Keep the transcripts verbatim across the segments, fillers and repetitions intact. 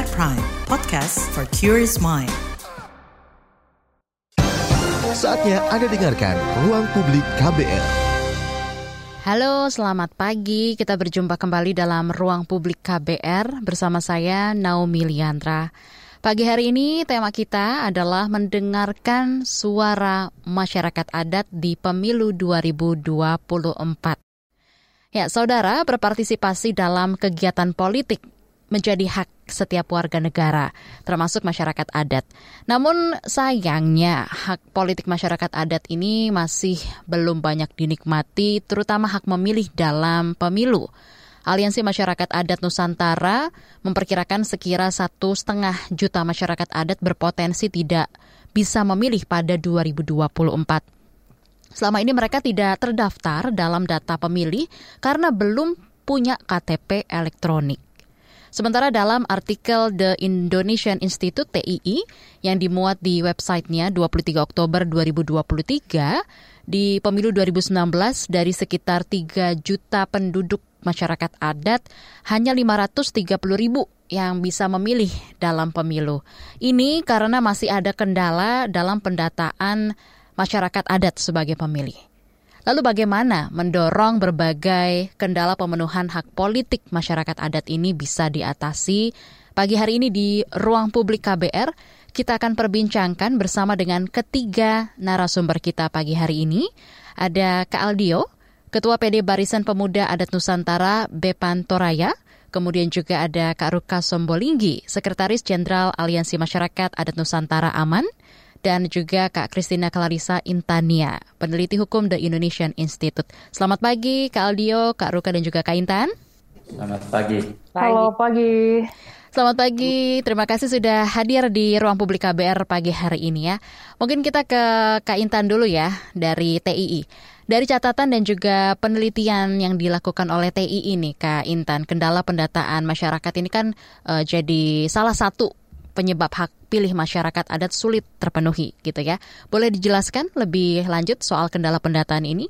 Prime, podcast for curious mind. Saatnya Anda dengarkan Ruang Publik K B R. Halo, selamat pagi. Kita berjumpa kembali dalam Ruang Publik K B R bersama saya, Naomi Liandra. Pagi hari ini tema kita adalah mendengarkan suara masyarakat adat di Pemilu dua ribu dua puluh empat. Ya, saudara, berpartisipasi dalam kegiatan politik menjadi hak setiap warga negara, termasuk masyarakat adat. Namun sayangnya hak politik masyarakat adat ini masih belum banyak dinikmati, terutama hak memilih dalam pemilu. Aliansi Masyarakat Adat Nusantara memperkirakan sekira satu setengah juta masyarakat adat berpotensi tidak bisa memilih pada dua ribu dua puluh empat. Selama ini mereka tidak terdaftar dalam data pemilih karena belum punya K T P elektronik. Sementara dalam artikel The Indonesian Institute T I I yang dimuat di websitenya dua puluh tiga Oktober dua ribu dua puluh tiga, di pemilu dua ribu sembilan belas dari sekitar tiga juta penduduk masyarakat adat, hanya lima ratus tiga puluh ribu yang bisa memilih dalam pemilu. Ini karena masih ada kendala dalam pendataan masyarakat adat sebagai pemilih. Lalu bagaimana mendorong berbagai kendala pemenuhan hak politik masyarakat adat ini bisa diatasi? Pagi hari ini di Ruang Publik K B R, kita akan perbincangkan bersama dengan ketiga narasumber kita pagi hari ini. Ada Kak Aldio, Ketua P D Barisan Pemuda Adat Nusantara Bepan Toraya. Kemudian juga ada Kak Ruka Sombolinggi, Sekretaris Jenderal Aliansi Masyarakat Adat Nusantara Aman. Dan juga Kak Christina Clarissa Intania, peneliti hukum The Indonesian Institute. Selamat pagi Kak Aldio, Kak Ruka dan juga Kak Intan. Selamat pagi. Halo pagi. Selamat pagi, terima kasih sudah hadir di Ruang Publik K B R pagi hari ini ya. Mungkin kita ke Kak Intan dulu ya, dari T I I. Dari catatan dan juga penelitian yang dilakukan oleh T I I ini, Kak Intan, kendala pendataan masyarakat ini kan uh, jadi salah satu penyebab hak pilih masyarakat adat sulit terpenuhi gitu ya. Boleh dijelaskan lebih lanjut soal kendala pendataan ini?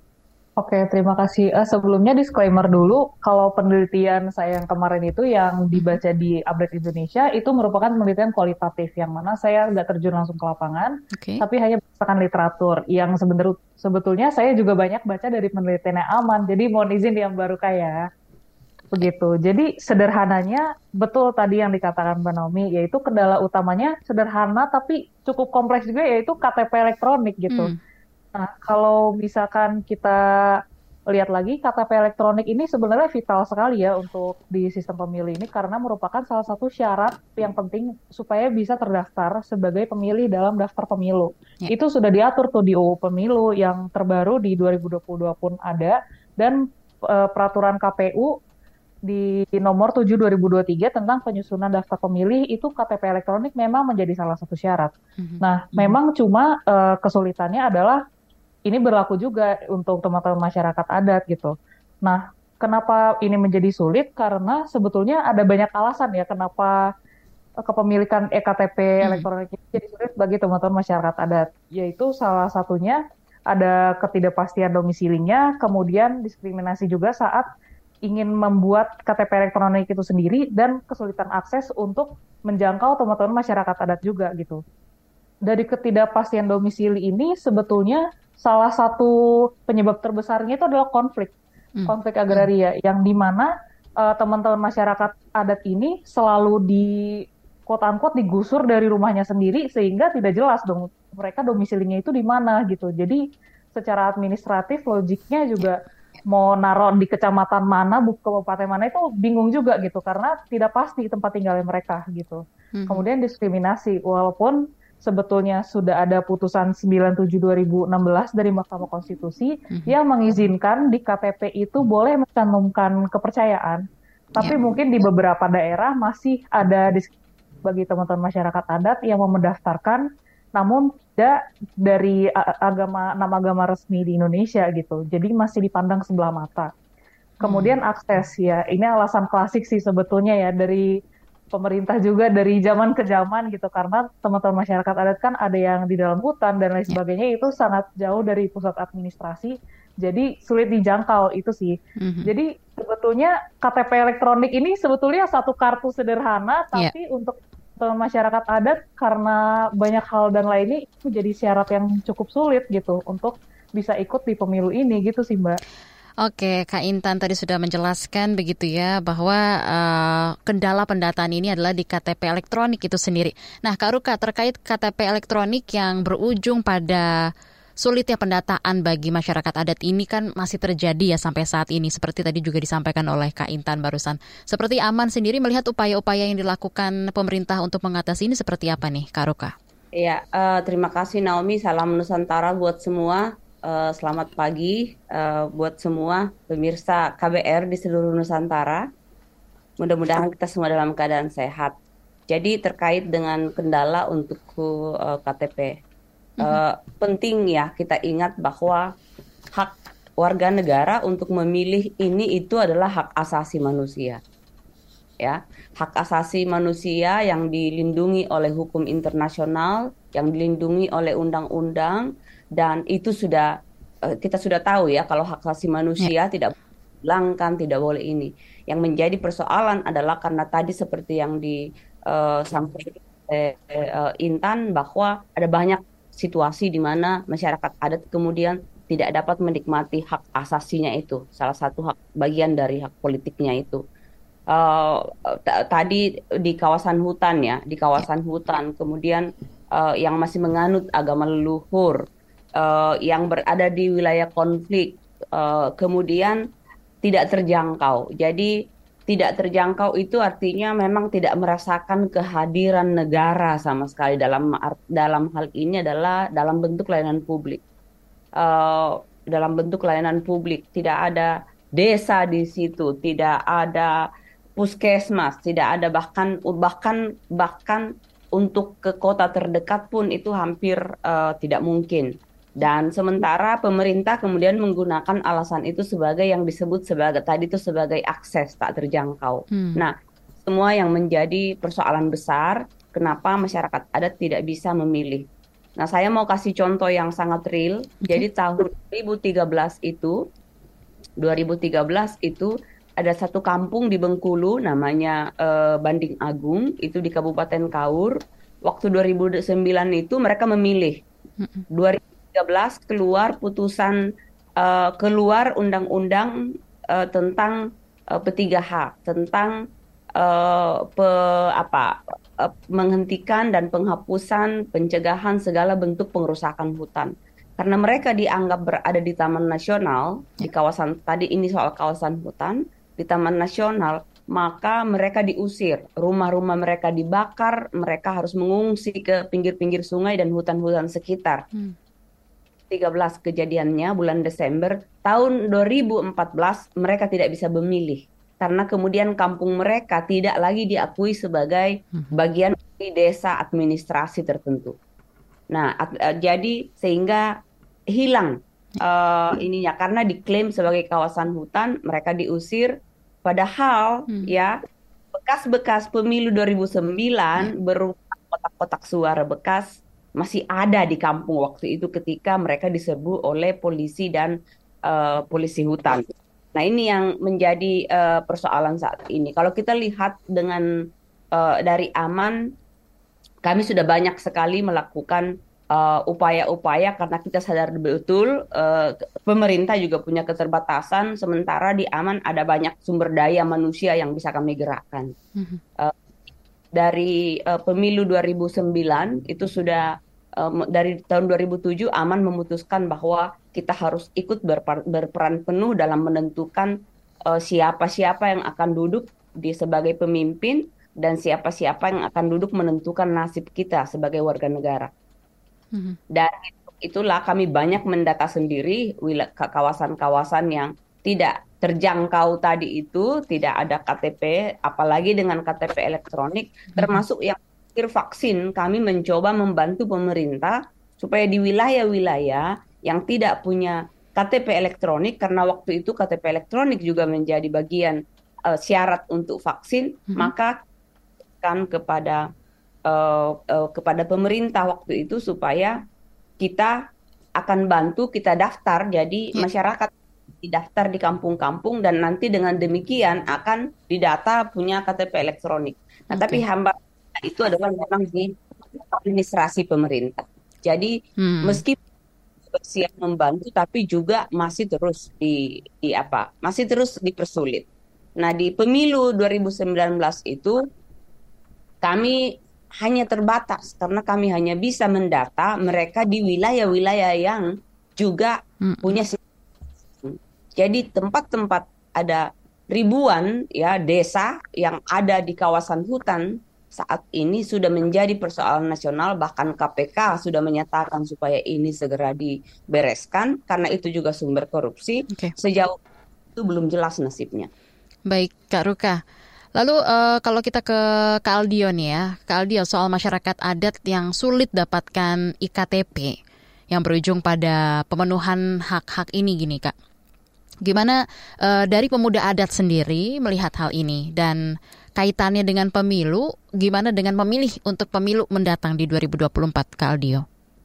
Oke, terima kasih. Uh, sebelumnya disclaimer dulu, kalau penelitian saya yang kemarin itu yang dibaca di Update Indonesia itu merupakan penelitian kualitatif, yang mana saya nggak terjun langsung ke lapangan, okay. tapi hanya berdasarkan literatur. Yang sebenar- sebetulnya saya juga banyak baca dari penelitiannya Aman, jadi mohon izin yang baru kaya. Begitu. Jadi sederhananya betul tadi yang dikatakan Mbak Naomi, yaitu kendala utamanya sederhana tapi cukup kompleks juga, yaitu K T P elektronik gitu. Hmm. Nah, kalau misalkan kita lihat lagi, K T P elektronik ini sebenarnya vital sekali ya untuk di sistem pemilu ini, karena merupakan salah satu syarat yang penting supaya bisa terdaftar sebagai pemilih dalam daftar pemilu. Ya. Itu sudah diatur tuh di U U Pemilu yang terbaru di dua ribu dua puluh dua pun ada, dan e, peraturan K P U di nomor tujuh dua ribu dua puluh tiga tentang penyusunan daftar pemilih itu K T P elektronik memang menjadi salah satu syarat. Mm-hmm. Nah, mm-hmm. memang cuma uh, kesulitannya adalah ini berlaku juga untuk teman-teman masyarakat adat gitu. Nah, kenapa ini menjadi sulit? Karena sebetulnya ada banyak alasan ya kenapa kepemilikan e K T P mm-hmm. elektronik ini jadi sulit bagi teman-teman masyarakat adat. Yaitu salah satunya ada ketidakpastian domisilinya, kemudian diskriminasi juga saat ingin membuat K T P elektronik itu sendiri, dan kesulitan akses untuk menjangkau teman-teman masyarakat adat juga gitu. Dari ketidakpastian domisili ini sebetulnya salah satu penyebab terbesarnya itu adalah konflik, hmm. konflik agraria, hmm. yang dimana uh, teman-teman masyarakat adat ini selalu di quote-unquote digusur dari rumahnya sendiri, sehingga tidak jelas dong mereka domisilinya itu di mana gitu. Jadi secara administratif logiknya juga mau naruh di kecamatan mana, buku kabupaten mana itu bingung juga gitu, karena tidak pasti tempat tinggalnya mereka gitu. Mm-hmm. Kemudian diskriminasi, walaupun sebetulnya sudah ada putusan sembilan puluh tujuh dua ribu enam belas dari Mahkamah Konstitusi mm-hmm. yang mengizinkan di K T P itu boleh mencantumkan kepercayaan, tapi yeah. mungkin di beberapa daerah masih ada diskriminasi bagi teman-teman masyarakat adat yang mau mendaftarkan, namun tidak dari agama enam agama resmi di Indonesia gitu. Jadi masih dipandang sebelah mata. Kemudian hmm. akses ya, ini alasan klasik sih sebetulnya ya dari pemerintah juga dari zaman ke zaman gitu, karena teman-teman masyarakat adat kan ada yang di dalam hutan dan lain sebagainya, itu sangat jauh dari pusat administrasi, jadi sulit dijangkau itu sih. Hmm. Jadi sebetulnya K T P elektronik ini sebetulnya satu kartu sederhana, Iya. tapi untuk teman masyarakat adat karena banyak hal dan lainnya itu jadi syarat yang cukup sulit gitu untuk bisa ikut di pemilu ini gitu sih Mbak. Oke, Kak Intan tadi sudah menjelaskan begitu ya bahwa uh, kendala pendataan ini adalah di K T P elektronik itu sendiri. Nah, Kak Ruka, terkait K T P elektronik yang berujung pada sulitnya pendataan bagi masyarakat adat ini kan masih terjadi ya sampai saat ini, seperti tadi juga disampaikan oleh Kak Intan barusan. Seperti Aman sendiri melihat upaya-upaya yang dilakukan pemerintah untuk mengatasi ini seperti apa nih, Kak Ruka? Iya, uh, terima kasih Naomi, salam Nusantara buat semua. Uh, selamat pagi uh, buat semua pemirsa K B R di seluruh Nusantara. Mudah-mudahan kita semua dalam keadaan sehat. Jadi terkait dengan kendala untuk uh, K T P, uh, penting ya kita ingat bahwa hak warga negara untuk memilih ini itu adalah hak asasi manusia. Ya, hak asasi manusia yang dilindungi oleh hukum internasional, yang dilindungi oleh undang-undang. Dan itu sudah kita sudah tahu ya kalau hak asasi manusia yeah. tidak hilangkan, tidak boleh ini. Yang menjadi persoalan adalah karena tadi seperti yang disampaikan uh, uh, Intan bahwa ada banyak situasi di mana masyarakat adat kemudian tidak dapat menikmati hak asasinya itu. Salah satu hak bagian dari hak politiknya itu. Uh, t- tadi di kawasan hutan ya, di kawasan yeah. hutan kemudian uh, yang masih menganut agama leluhur. Uh, yang berada di wilayah konflik, uh, kemudian tidak terjangkau. Jadi tidak terjangkau itu artinya memang tidak merasakan kehadiran negara sama sekali dalam dalam hal ini adalah dalam bentuk layanan publik. Uh, dalam bentuk layanan publik tidak ada desa di situ, tidak ada puskesmas, tidak ada bahkan bahkan bahkan untuk ke kota terdekat pun itu hampir uh, tidak mungkin. Dan sementara pemerintah kemudian menggunakan alasan itu sebagai yang disebut sebagai tadi itu sebagai akses tak terjangkau. Hmm. Nah, semua yang menjadi persoalan besar kenapa masyarakat adat tidak bisa memilih. Nah, saya mau kasih contoh yang sangat real. Okay. Jadi tahun dua ribu tiga belas itu dua ribu tiga belas itu ada satu kampung di Bengkulu namanya uh, Banding Agung, itu di Kabupaten Kaur. Waktu dua ribu sembilan itu mereka memilih. Hmm. dua ribu tiga belas keluar putusan uh, keluar undang-undang uh, tentang uh, P tiga H tentang uh, pe, apa uh, menghentikan dan penghapusan pencegahan segala bentuk pengerusakan hutan karena mereka dianggap berada di Taman Nasional di kawasan tadi ini soal kawasan hutan di Taman Nasional, maka mereka diusir, rumah-rumah mereka dibakar, mereka harus mengungsi ke pinggir-pinggir sungai dan hutan-hutan sekitar. Hmm. tiga belas kejadiannya bulan Desember tahun dua ribu empat belas mereka tidak bisa memilih karena kemudian kampung mereka tidak lagi diakui sebagai bagian dari desa administrasi tertentu. Nah, at- uh, jadi sehingga hilang uh, ininya karena diklaim sebagai kawasan hutan, mereka diusir padahal hmm. ya bekas-bekas pemilu dua ribu sembilan berupa kotak-kotak suara bekas masih ada di kampung waktu itu ketika mereka diserbu oleh polisi dan uh, polisi hutan. Nah ini yang menjadi uh, persoalan saat ini. Kalau kita lihat dengan uh, dari Aman, kami sudah banyak sekali melakukan uh, upaya-upaya karena kita sadar betul uh, pemerintah juga punya keterbatasan. Sementara di Aman ada banyak sumber daya manusia yang bisa kami gerakkan. Mm-hmm. Uh, dari uh, pemilu dua ribu sembilan itu sudah dari tahun dua ribu tujuh Aman memutuskan bahwa kita harus ikut berper, berperan penuh dalam menentukan uh, siapa-siapa yang akan duduk di sebagai pemimpin dan siapa-siapa yang akan duduk menentukan nasib kita sebagai warga negara. Mm-hmm. Dan itulah kami banyak mendata sendiri wil- kawasan-kawasan yang tidak terjangkau tadi itu, tidak ada K T P, apalagi dengan K T P elektronik, mm-hmm. termasuk yang vaksin, kami mencoba membantu pemerintah supaya di wilayah-wilayah yang tidak punya K T P elektronik, karena waktu itu K T P elektronik juga menjadi bagian uh, syarat untuk vaksin, mm-hmm. maka kan kepada uh, uh, kepada pemerintah waktu itu supaya kita akan bantu kita daftar jadi yeah. masyarakat didaftar di kampung-kampung dan nanti dengan demikian akan didata punya K T P elektronik. Nah, okay. tapi hamba itu adalah memang di administrasi pemerintah. Jadi hmm. meski siap membantu, tapi juga masih terus di, di apa? Masih terus dipersulit. Nah, di pemilu dua ribu sembilan belas itu kami hanya terbatas karena kami hanya bisa mendata mereka di wilayah-wilayah yang juga hmm. punya sistem. Jadi tempat-tempat ada ribuan ya desa yang ada di kawasan hutan saat ini sudah menjadi persoalan nasional, bahkan K P K sudah menyatakan supaya ini segera dibereskan karena itu juga sumber korupsi. Okay. Sejauh itu belum jelas nasibnya. Baik, Kak Ruka. Lalu uh, kalau kita ke Kak Aldio nih ya, Kak Aldio, soal masyarakat adat yang sulit dapatkan I K T P yang berujung pada pemenuhan hak-hak ini gini Kak. Gimana uh, dari pemuda adat sendiri melihat hal ini dan kaitannya dengan pemilu, gimana dengan memilih untuk pemilu mendatang di dua ribu dua puluh empat, Kak Aldio?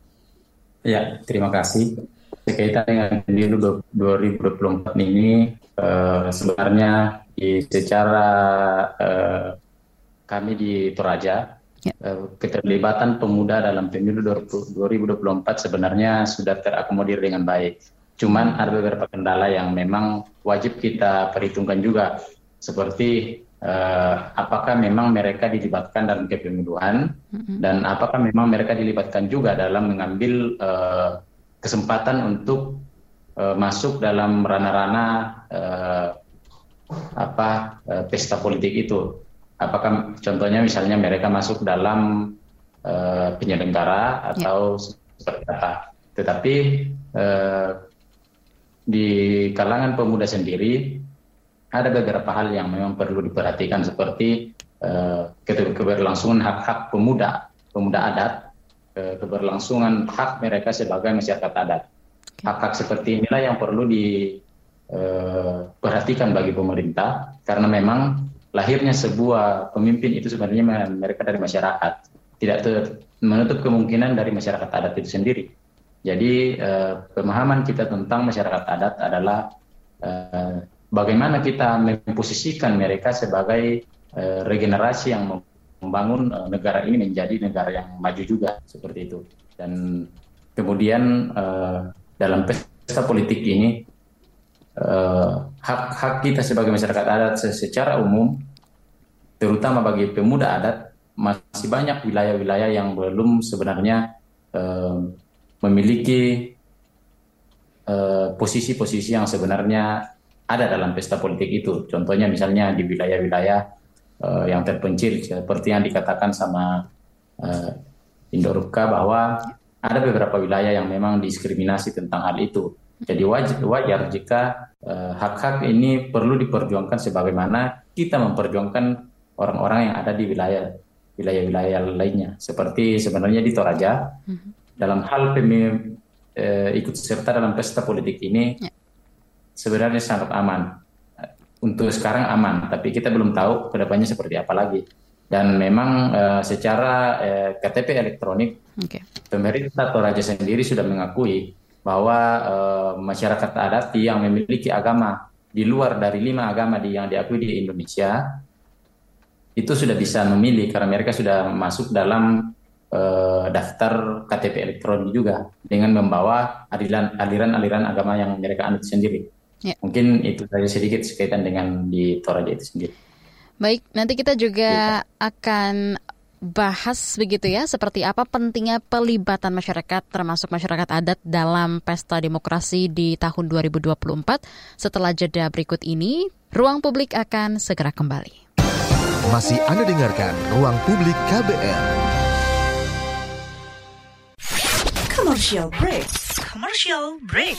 Ya, terima kasih. Berkaitan dengan pemilu dua ribu dua puluh empat ini, uh, sebenarnya di, secara uh, kami di Toraja, ya. uh, keterlibatan pemuda dalam pemilu dua ribu dua puluh empat sebenarnya sudah terakomodir dengan baik. Cuman ada beberapa kendala yang memang wajib kita perhitungkan juga, seperti uh, apakah memang mereka dilibatkan dalam kepemiluan, mm-hmm. dan apakah memang mereka dilibatkan juga dalam mengambil uh, kesempatan untuk uh, masuk dalam ranah-ranah uh, apa uh, pesta politik itu. Apakah contohnya misalnya mereka masuk dalam uh, penyelenggara atau yeah. seperti apa. Tetapi uh, di kalangan pemuda sendiri ada beberapa hal yang memang perlu diperhatikan, seperti uh, keberlangsungan hak-hak pemuda, pemuda adat, uh, keberlangsungan hak mereka sebagai masyarakat adat. Hak-hak seperti inilah yang perlu diperhatikan uh, bagi pemerintah, karena memang lahirnya sebuah pemimpin itu sebenarnya mereka dari masyarakat, tidak ter- menutup kemungkinan dari masyarakat adat itu sendiri. Jadi eh, pemahaman kita tentang masyarakat adat adalah eh, bagaimana kita memposisikan mereka sebagai eh, regenerasi yang membangun eh, negara ini menjadi negara yang maju juga, seperti itu. Dan kemudian eh, dalam pesta politik ini eh, hak-hak kita sebagai masyarakat adat secara umum, terutama bagi pemuda adat, masih banyak wilayah-wilayah yang belum sebenarnya eh, memiliki uh, posisi-posisi yang sebenarnya ada dalam pesta politik itu. Contohnya misalnya di wilayah-wilayah uh, yang terpencil, seperti yang dikatakan sama uh, Indorupka bahwa ada beberapa wilayah yang memang diskriminasi tentang hal itu. Jadi wajar, wajar jika uh, hak-hak ini perlu diperjuangkan sebagaimana kita memperjuangkan orang-orang yang ada di wilayah wilayah-wilayah lainnya. Seperti sebenarnya di Toraja, mm-hmm. dalam hal pemilih eh, ikut serta dalam pesta politik ini ya. sebenarnya sangat aman. Untuk sekarang aman, tapi kita belum tahu kedepannya seperti apa lagi. Dan memang eh, secara eh, K T P elektronik, okay. pemerintah Toraja sendiri sudah mengakui bahwa eh, masyarakat adat yang memiliki agama di luar dari lima agama di, yang diakui di Indonesia itu sudah bisa memilih karena mereka sudah masuk dalam Uh, daftar K T P elektronik juga dengan membawa aliran, aliran-aliran agama yang mereka anut sendiri. Ya. Mungkin itu saja sedikit sekaitan dengan di Toraja itu sendiri. Baik, nanti kita juga ya. akan bahas begitu ya, seperti apa pentingnya pelibatan masyarakat termasuk masyarakat adat dalam pesta demokrasi di tahun dua ribu dua puluh empat. Setelah jeda berikut ini, Ruang Publik akan segera kembali. Masih Anda dengarkan Ruang Publik K B R. Commercial break. Commercial break.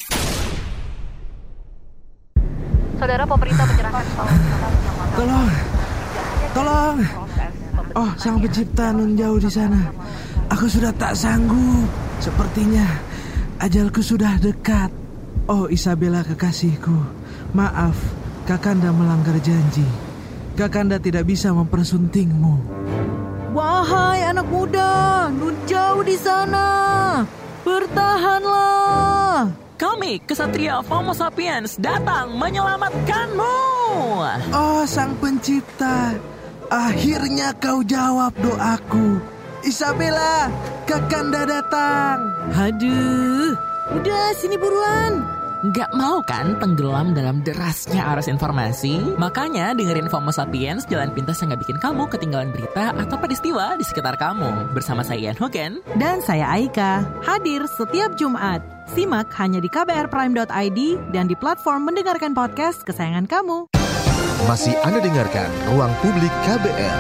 Saudara, pemerintah menyerahkan Tolong, tolong. Oh, Sang Pencipta nun jauh di sana. Aku sudah tak sanggup. Sepertinya ajalku sudah dekat. Oh, Isabella kekasihku, maaf, Kakanda melanggar janji. Kakanda tidak bisa mempersuntingmu. Wahai anak muda, nun jauh di sana, bertahanlah. kami, Kesatria Homo Sapiens, datang menyelamatkanmu. Oh, Sang Pencipta, akhirnya kau jawab doaku. Isabella, Kakanda datang. Aduh, udah sini buruan. Nggak mau kan tenggelam dalam derasnya arus informasi? Makanya dengerin FOMO Sapiens, jalan pintas yang nggak bikin kamu ketinggalan berita atau peristiwa di sekitar kamu. Bersama saya Ian Hogan. Dan saya Aika, hadir setiap Jumat. Simak hanya di k b r prime dot i d dan di platform mendengarkan podcast kesayangan kamu. Masih Anda dengarkan Ruang Publik K B R.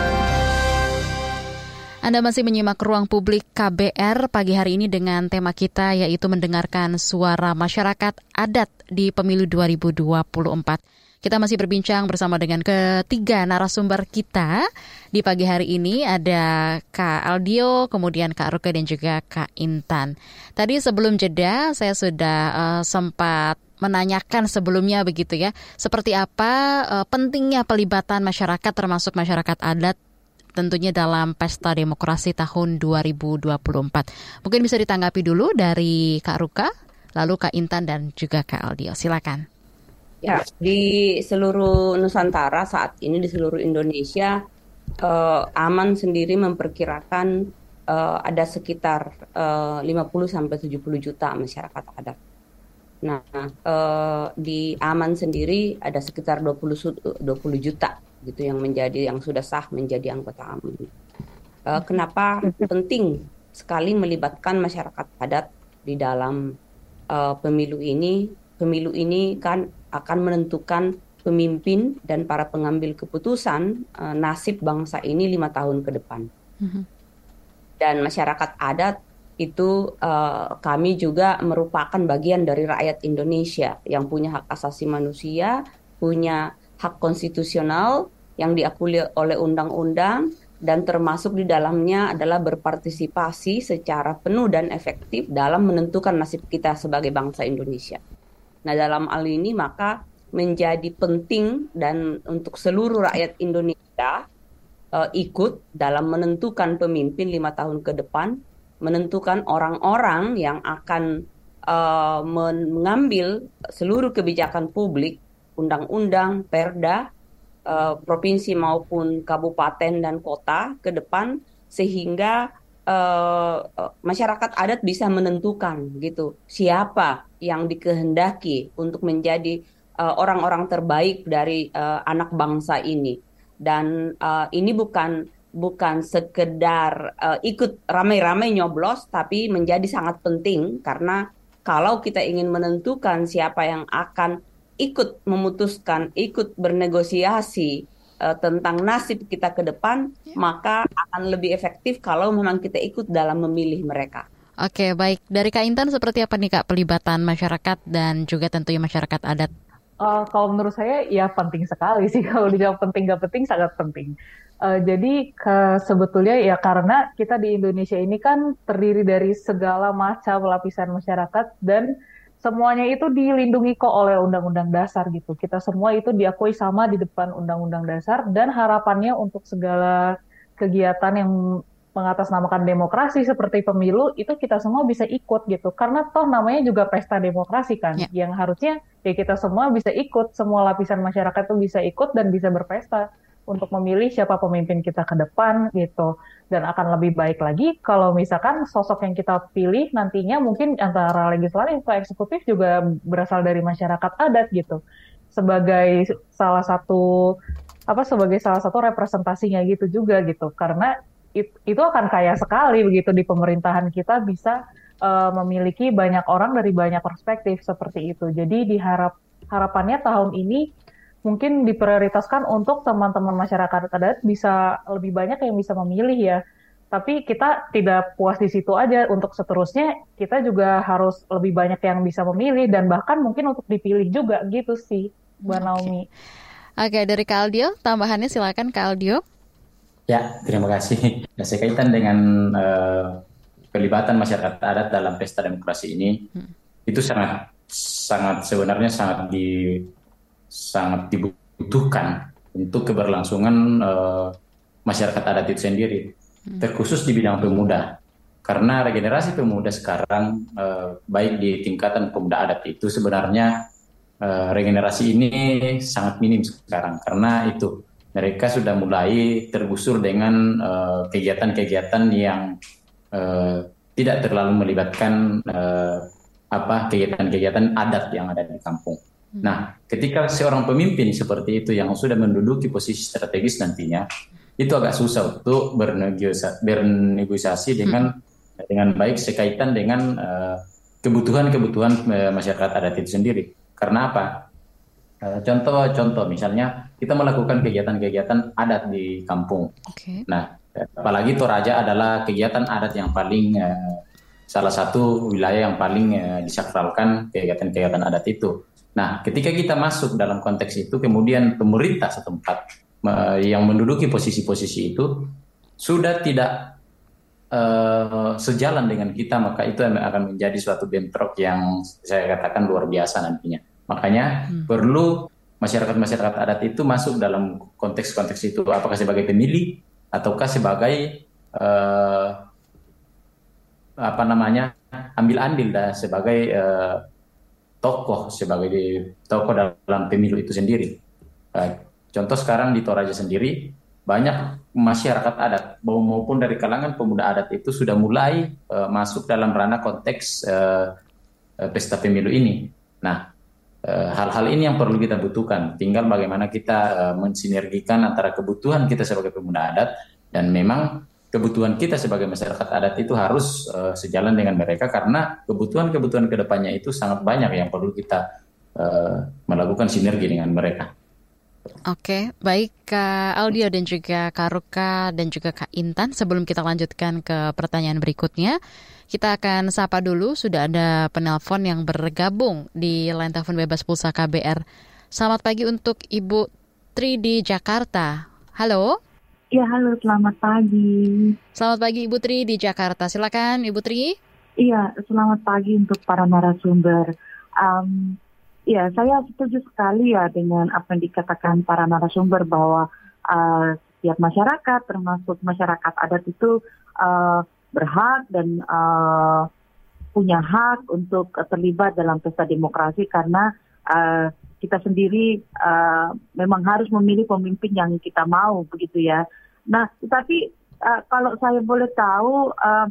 Anda masih menyimak Ruang Publik K B R pagi hari ini dengan tema kita yaitu mendengarkan suara masyarakat adat di Pemilu dua ribu dua puluh empat. Kita masih berbincang bersama dengan ketiga narasumber kita di pagi hari ini. Ada Kak Aldio, kemudian Kak Ruka dan juga Kak Intan. Tadi sebelum jeda saya sudah uh, sempat menanyakan sebelumnya begitu ya, seperti apa uh, pentingnya pelibatan masyarakat termasuk masyarakat adat tentunya dalam Pesta Demokrasi tahun dua ribu dua puluh empat. Mungkin bisa ditanggapi dulu dari Kak Ruka, lalu Kak Intan dan juga Kak Aldio. Silakan. Ya, di seluruh Nusantara saat ini, di seluruh Indonesia, eh, Aman sendiri memperkirakan eh, ada sekitar eh, lima puluh sampai tujuh puluh juta masyarakat adat. Nah, eh, di Aman sendiri ada sekitar dua puluh juta gitu yang menjadi yang sudah sah menjadi anggota Aman. Uh, kenapa penting sekali melibatkan masyarakat adat di dalam uh, pemilu ini? Pemilu ini kan akan menentukan pemimpin dan para pengambil keputusan uh, nasib bangsa ini lima tahun ke depan. Mm-hmm. Dan masyarakat adat itu uh, kami juga merupakan bagian dari rakyat Indonesia yang punya hak asasi manusia, punya hak konstitusional yang diakui oleh undang-undang, dan termasuk di dalamnya adalah berpartisipasi secara penuh dan efektif dalam menentukan nasib kita sebagai bangsa Indonesia. Nah, dalam hal ini maka menjadi penting dan untuk seluruh rakyat Indonesia uh, ikut dalam menentukan pemimpin lima tahun ke depan, menentukan orang-orang yang akan uh, mengambil seluruh kebijakan publik, undang-undang, perda, uh, provinsi maupun kabupaten dan kota ke depan, sehingga uh, masyarakat adat bisa menentukan gitu siapa yang dikehendaki untuk menjadi uh, orang-orang terbaik dari uh, anak bangsa ini. Dan uh, ini bukan bukan sekedar uh, ikut ramai-ramai nyoblos, tapi menjadi sangat penting karena kalau kita ingin menentukan siapa yang akan ikut memutuskan, ikut bernegosiasi uh, tentang nasib kita ke depan, ya, maka akan lebih efektif kalau memang kita ikut dalam memilih mereka. Oke, baik. Dari Kak Intan seperti apa nih Kak pelibatan masyarakat dan juga tentunya masyarakat adat? Uh, kalau menurut saya ya penting sekali sih. Kalau dijawab penting gak penting, sangat penting. Uh, jadi ke, sebetulnya ya karena kita di Indonesia ini kan terdiri dari segala macam lapisan masyarakat dan semuanya itu dilindungi kok oleh Undang-Undang Dasar gitu. Kita semua itu diakui sama di depan Undang-Undang Dasar dan harapannya untuk segala kegiatan yang mengatasnamakan demokrasi seperti pemilu itu kita semua bisa ikut gitu. Karena toh namanya juga pesta demokrasi kan, yeah, yang harusnya ya kita semua bisa ikut, semua lapisan masyarakat itu bisa ikut dan bisa berpesta untuk memilih siapa pemimpin kita ke depan gitu. Dan akan lebih baik lagi kalau misalkan sosok yang kita pilih nantinya mungkin antara legislatif atau eksekutif juga berasal dari masyarakat adat gitu. Sebagai salah satu apa sebagai salah satu representasinya gitu juga gitu. Karena it, itu akan kaya sekali begitu di pemerintahan kita bisa uh, memiliki banyak orang dari banyak perspektif seperti itu. Jadi diharap harapannya tahun ini mungkin diprioritaskan untuk teman-teman masyarakat adat bisa lebih banyak yang bisa memilih ya. Tapi kita tidak puas di situ aja. Untuk seterusnya kita juga harus lebih banyak yang bisa memilih dan bahkan mungkin untuk dipilih juga gitu sih, Mbak Naomi. Oke, okay, dari Kak Aldio, tambahannya silakan Kak Aldio. Ya, terima kasih. Ya, saya kaitan dengan uh, pelibatan masyarakat adat dalam pesta demokrasi ini, hmm. itu sangat sangat sebenarnya sangat di sangat dibutuhkan untuk keberlangsungan uh, masyarakat adat itu sendiri, hmm. terkhusus di bidang pemuda. Karena regenerasi pemuda sekarang, uh, baik di tingkatan pemuda adat itu sebenarnya uh, regenerasi ini sangat minim sekarang. Karena itu mereka sudah mulai tergusur dengan uh, kegiatan-kegiatan yang uh, tidak terlalu melibatkan uh, apa kegiatan-kegiatan adat yang ada di kampung. Nah, ketika seorang pemimpin seperti itu yang sudah menduduki posisi strategis nantinya, itu agak susah untuk bernegosiasi, bernegosiasi dengan hmm. dengan baik sekaitan dengan uh, kebutuhan-kebutuhan uh, masyarakat adat itu sendiri. Karena apa? Uh, contoh-contoh misalnya kita melakukan kegiatan-kegiatan adat di kampung. Okay. Nah, apalagi Toraja adalah kegiatan adat yang paling uh, salah satu wilayah yang paling uh, disakralkan kegiatan-kegiatan adat itu. Nah, ketika kita masuk dalam konteks itu, kemudian pemerintah setempat yang menduduki posisi-posisi itu sudah tidak uh, sejalan dengan kita, maka itu akan menjadi suatu bentrok yang saya katakan luar biasa nantinya. Makanya hmm. perlu masyarakat-masyarakat adat itu masuk dalam konteks-konteks itu, apakah sebagai pemilih ataukah sebagai uh, apa namanya ambil andil dah sebagai uh, tokoh sebagai tokoh dalam pemilu itu sendiri. Uh, Contoh sekarang di Toraja sendiri, banyak masyarakat adat maupun dari kalangan pemuda adat itu sudah mulai uh, masuk dalam ranah konteks uh, uh, pesta pemilu ini. Nah, uh, hal-hal ini yang perlu kita butuhkan. Tinggal bagaimana kita uh, mensinergikan antara kebutuhan kita sebagai pemuda adat dan memang kebutuhan kita sebagai masyarakat adat itu harus uh, sejalan dengan mereka, karena kebutuhan-kebutuhan kedepannya itu sangat banyak yang perlu kita uh, melakukan sinergi dengan mereka. Oke, baik Kak Audio dan juga Kak Ruka dan juga Kak Intan. Sebelum kita lanjutkan ke pertanyaan berikutnya, kita akan sapa dulu. Sudah ada penelpon yang bergabung di line telepon bebas pulsa K B R. Selamat pagi untuk Ibu Tri di Jakarta. Halo. Ya, halo, selamat pagi. Selamat pagi Ibu Tri di Jakarta. Silakan Ibu Tri. Iya, selamat pagi untuk para narasumber. Um, Ya, saya setuju sekali ya dengan apa yang dikatakan para narasumber bahwa uh, setiap masyarakat, termasuk masyarakat adat itu uh, berhak dan uh, punya hak untuk terlibat dalam pesta demokrasi, karena uh, kita sendiri uh, memang harus memilih pemimpin yang kita mau, begitu ya. Nah, tetapi uh, kalau saya boleh tahu uh,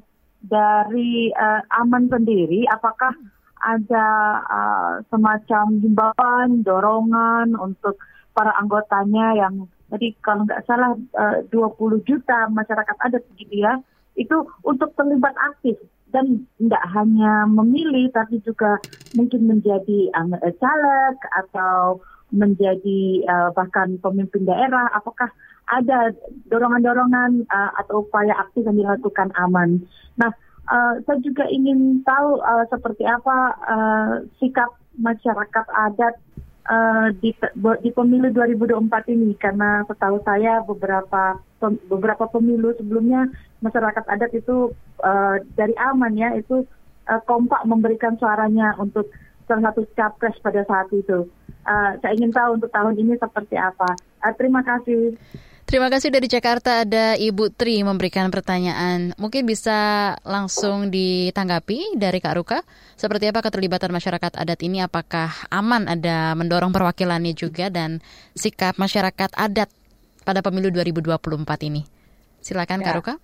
dari uh, Aman sendiri, apakah ada uh, semacam himbauan, dorongan untuk para anggotanya yang tadi kalau nggak salah uh, dua puluh juta masyarakat adat gitu ya, itu untuk terlibat aktif dan nggak hanya memilih tapi juga mungkin menjadi uh, caleg atau menjadi uh, bahkan pemimpin daerah. Apakah ada dorongan-dorongan uh, atau upaya aktif yang dilakukan Aman? Nah, Uh, saya juga ingin tahu uh, seperti apa uh, sikap masyarakat adat uh, di, di pemilu dua ribu dua puluh empat ini, karena setahu saya beberapa pem, beberapa pemilu sebelumnya masyarakat adat itu uh, dari Aman ya itu uh, kompak memberikan suaranya untuk salah satu capres pada saat itu. Uh, saya ingin tahu untuk tahun ini seperti apa. Uh, terima kasih. Terima kasih dari Jakarta ada Ibu Tri memberikan pertanyaan. Mungkin bisa langsung ditanggapi dari Kak Ruka. Seperti apa keterlibatan masyarakat adat ini? Apakah Aman ada mendorong perwakilannya juga dan sikap masyarakat adat pada pemilu dua ribu dua puluh empat ini? Silakan ya. Kak Ruka.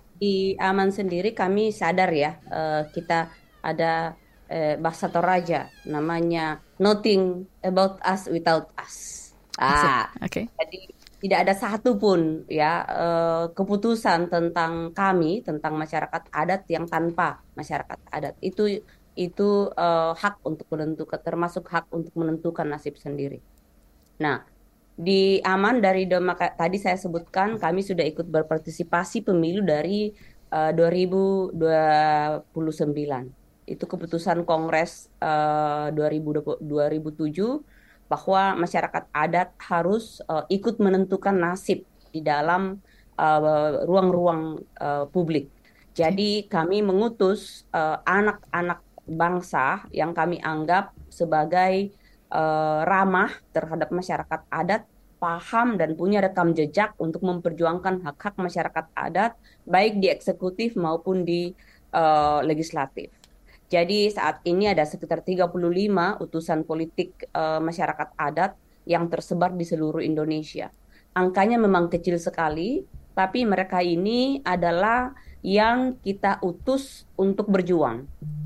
Di Aman sendiri kami sadar ya, uh, kita ada uh, bahasa Toraja namanya nothing about us without us. Ah, oke. Okay. Jadi tidak ada satupun ya eh, keputusan tentang kami, tentang masyarakat adat yang tanpa masyarakat adat. Itu itu eh, hak untuk menentukan, termasuk hak untuk menentukan nasib sendiri. Nah, di Aman dari Doma tadi saya sebutkan kami sudah ikut berpartisipasi pemilu dari eh, dua ribu dua puluh sembilan. Itu keputusan Kongres eh, dua ribu tujuh bahwa masyarakat adat harus uh, ikut menentukan nasib di dalam uh, ruang-ruang uh, publik. Jadi kami mengutus uh, anak-anak bangsa yang kami anggap sebagai uh, ramah terhadap masyarakat adat paham dan punya rekam jejak untuk memperjuangkan hak-hak masyarakat adat baik di eksekutif maupun di uh, legislatif. Jadi saat ini ada sekitar tiga puluh lima utusan politik uh, masyarakat adat yang tersebar di seluruh Indonesia. Angkanya memang kecil sekali, tapi mereka ini adalah yang kita utus untuk berjuang.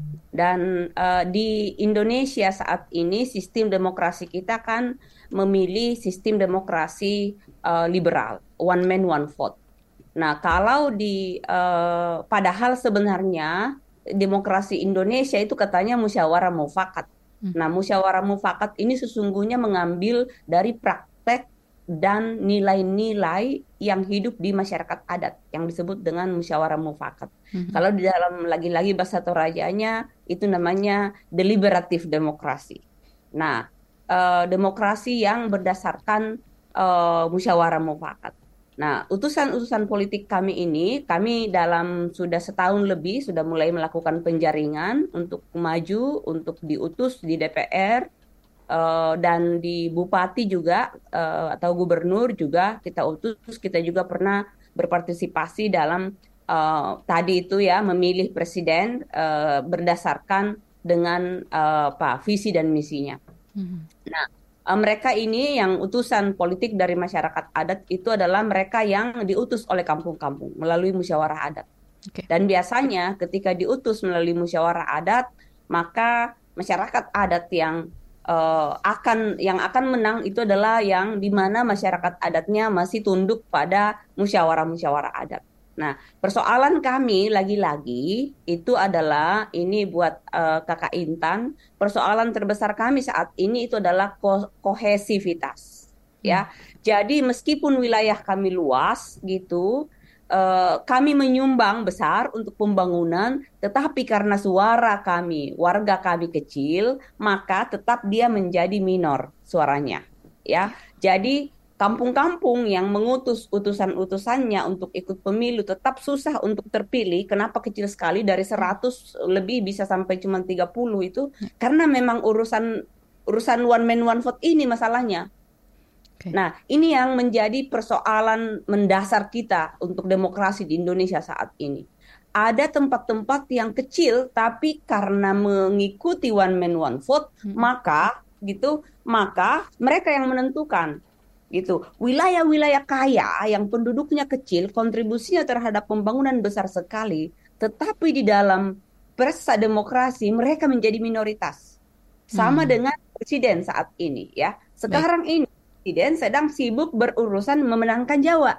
Dan uh, di Indonesia saat ini sistem demokrasi kita kan memilih sistem demokrasi uh, liberal, one man one vote. Nah, kalau di uh, padahal sebenarnya demokrasi Indonesia itu katanya musyawarah mufakat. Hmm. Nah, musyawarah mufakat ini sesungguhnya mengambil dari praktek dan nilai-nilai yang hidup di masyarakat adat yang disebut dengan musyawarah mufakat. Mm-hmm. Kalau di dalam lagi-lagi bahasa Torajanya itu namanya deliberatif demokrasi. Nah, eh, demokrasi yang berdasarkan eh, musyawarah mufakat. Nah, utusan-utusan politik kami ini, kami dalam sudah setahun lebih sudah mulai melakukan penjaringan untuk maju, untuk diutus di D P R. Uh, dan di bupati juga uh, atau gubernur juga kita utus, kita juga pernah berpartisipasi dalam uh, tadi itu ya memilih presiden uh, berdasarkan dengan uh, apa visi dan misinya. Mm-hmm. Nah, uh, mereka ini yang utusan politik dari masyarakat adat itu adalah mereka yang diutus oleh kampung-kampung melalui musyawarah adat. Okay. Dan biasanya ketika diutus melalui musyawarah adat, maka masyarakat adat yang Uh, akan yang akan menang itu adalah yang di mana masyarakat adatnya masih tunduk pada musyawarah-musyawarah adat. Nah, persoalan kami lagi-lagi itu adalah ini buat uh, Kakak Intan, persoalan terbesar kami saat ini itu adalah ko- kohesivitas, hmm. ya. Jadi meskipun wilayah kami luas gitu, Uh, kami menyumbang besar untuk pembangunan, tetapi karena suara kami, warga kami kecil, maka tetap dia menjadi minor suaranya. Ya, jadi kampung-kampung yang mengutus utusan-utusannya untuk ikut pemilu tetap susah untuk terpilih. Kenapa kecil sekali dari seratus lebih bisa sampai cuma tiga puluh itu? Karena memang urusan urusan one man one vote ini masalahnya. Okay. Nah, ini yang menjadi persoalan mendasar kita untuk demokrasi di Indonesia saat ini. Ada tempat-tempat yang kecil, tapi karena mengikuti one man one vote, hmm. maka gitu, maka mereka yang menentukan. Gitu. Wilayah-wilayah kaya yang penduduknya kecil, kontribusinya terhadap pembangunan besar sekali, tetapi di dalam pesta demokrasi mereka menjadi minoritas. Sama hmm. dengan presiden saat ini, ya. Sekarang Baik. ini Presiden sedang sibuk berurusan memenangkan Jawa.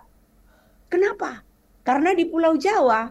Kenapa? Karena di Pulau Jawa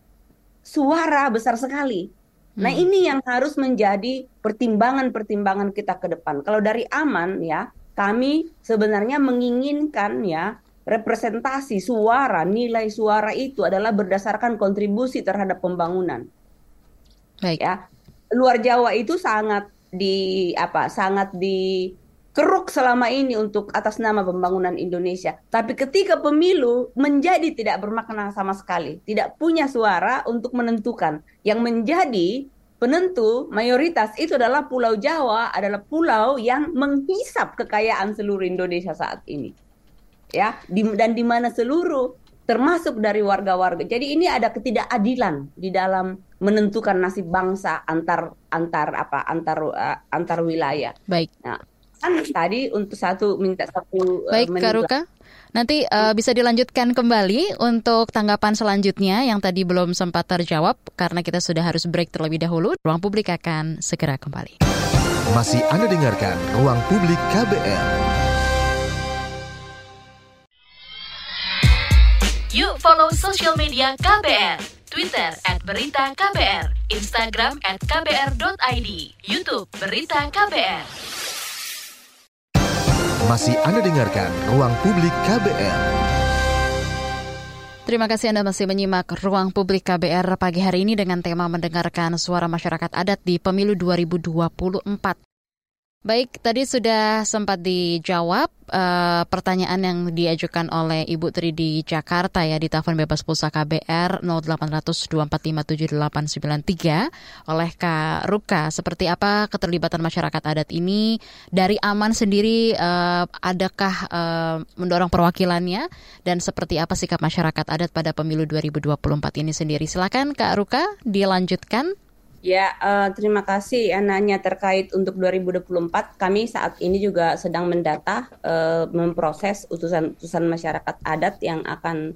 suara besar sekali. Hmm. Nah, ini yang harus menjadi pertimbangan-pertimbangan kita ke depan. Kalau dari aman ya, kami sebenarnya menginginkan ya representasi suara, nilai suara itu adalah berdasarkan kontribusi terhadap pembangunan. Baik. Ya. Luar Jawa itu sangat di apa? Sangat di keruk selama ini untuk atas nama pembangunan Indonesia. Tapi ketika pemilu menjadi tidak bermakna sama sekali. Tidak punya suara untuk menentukan. Yang menjadi penentu mayoritas itu adalah Pulau Jawa, adalah pulau yang menghisap kekayaan seluruh Indonesia saat ini. Ya, di, dan di mana seluruh termasuk dari warga-warga. Jadi ini ada ketidakadilan di dalam menentukan nasib bangsa antar antar apa antar uh, antar wilayah. Baik. Nah, kan tadi untuk satu minta satu Baik, uh, Kak Ruka. Nanti uh, bisa dilanjutkan kembali untuk tanggapan selanjutnya yang tadi belum sempat terjawab karena kita sudah harus break terlebih dahulu. Ruang Publik akan segera kembali. Masih Anda dengarkan Ruang Publik K B R. Yuk follow sosial media K B R. Twitter at Berita K B R, Instagram at k b r dot i d, YouTube Berita K B R. Masih Anda dengarkan Ruang Publik K B R. Terima kasih Anda masih menyimak Ruang Publik K B R pagi hari ini dengan tema mendengarkan suara masyarakat adat di Pemilu dua ribu dua puluh empat. Baik, tadi sudah sempat dijawab uh, pertanyaan yang diajukan oleh Ibu Tri di Jakarta ya di telepon bebas pulsa K B R nol delapan nol nol dua empat lima tujuh delapan sembilan tiga oleh Kak Ruka. Seperti apa keterlibatan masyarakat adat ini? Dari Aman sendiri, uh, adakah uh, mendorong perwakilannya? Dan seperti apa sikap masyarakat adat pada pemilu dua ribu dua puluh empat ini sendiri? Silakan Kak Ruka, dilanjutkan. Ya, uh, terima kasih Ananya terkait untuk dua ribu dua puluh empat. Kami saat ini juga sedang mendata, uh, memproses utusan-utusan masyarakat adat yang akan